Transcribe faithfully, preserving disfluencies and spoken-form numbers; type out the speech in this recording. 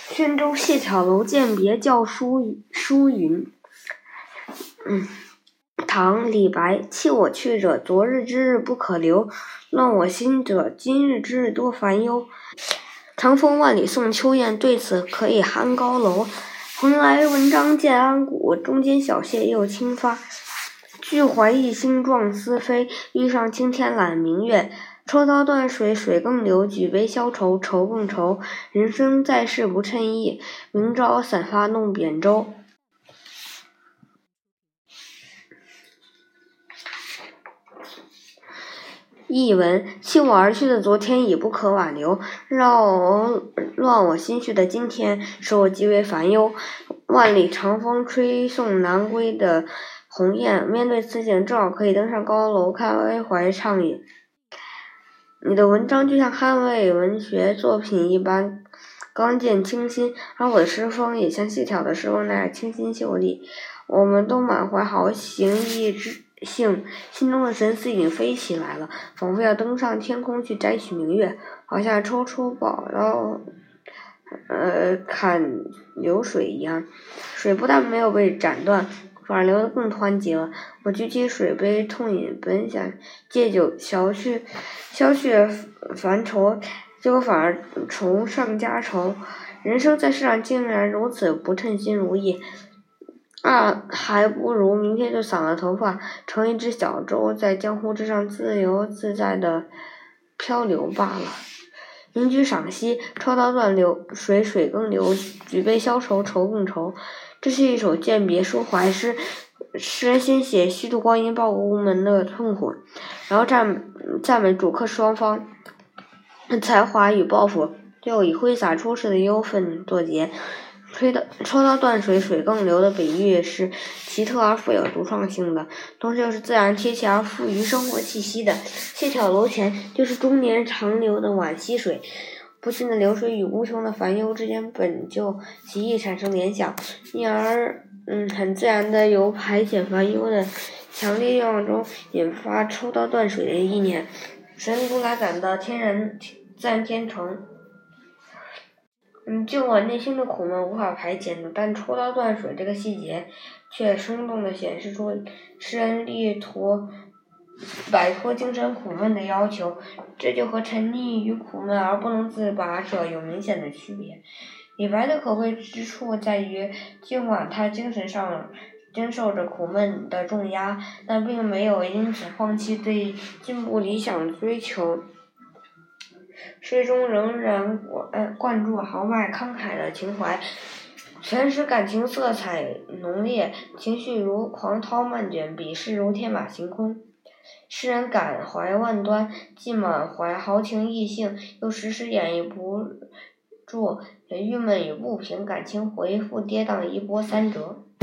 宣州谢巧楼饯别教书书云。嗯，唐·李白。弃我去者，昨日之日不可留；乱我心者，今日之日多烦忧。长风万里送秋雁，对此可以酣高楼。蓬莱文章建安骨，中间小谢又清发。俱怀逸兴壮思飞，欲上青天揽明月。抽刀断水水更流，举杯消愁愁更愁。人生在世不称意，明朝散发弄扁舟。译文：弃我而去的昨天已不可挽留，扰乱我心绪的今天使我极为烦忧。万里长风吹送南归的鸿雁，面对此景正好可以登上高楼开怀畅饮。你的文章就像捍卫文学作品一般刚健清新，而我的诗风也像谢巧的诗风那样清新秀丽。我们都满怀豪情逸之性，心中的神思已经飞起来了，仿佛要登上天空去摘取明月，好像抽出宝刀呃砍流水一样。水不但没有被斩断，反而流得更湍急了。我举起水杯痛饮，本想借酒消去消去烦愁，结果反而愁上加愁。人生在世上竟然如此不称心如意，啊，还不如明天就散了头发，乘一只小舟，在江湖之上自由自在的漂流罢了。名句赏析：抽刀断流水水更流，举杯消愁愁更愁。这是一首饯别抒怀诗，诗人先写虚度光阴报国无门的痛苦，然后赞赞美主客双方才华与抱负，最后以挥洒出世的忧愤作结。吹刀抽刀断水水更流的比喻是奇特而富有独创性的，同时又是自然贴切而富于生活气息的。谢巧楼前就是终年长流的浣溪水，不尽的流水与无穷的烦忧之间本就极易产生联想，因而嗯很自然的由排遣烦忧的强烈愿望中引发抽刀断水的意念，神如来感到天然自然天成。嗯，尽管内心的苦闷无法排遣的，但抽刀断水这个细节却生动地显示出诗人力图摆脱精神苦闷的要求，这就和沉溺于苦闷而不能自拔者有明显的区别。李白的可贵之处在于，尽管他精神上经受着苦闷的重压，但并没有因此放弃对进步理想的追求。诗中仍然灌灌注豪迈慷慨的情怀，全诗感情色彩浓烈，情绪如狂涛漫卷，笔势如天马行空。诗人感怀万端，既满怀豪情逸兴，又时时掩抑不住郁闷与不平，感情回复跌宕一波三折。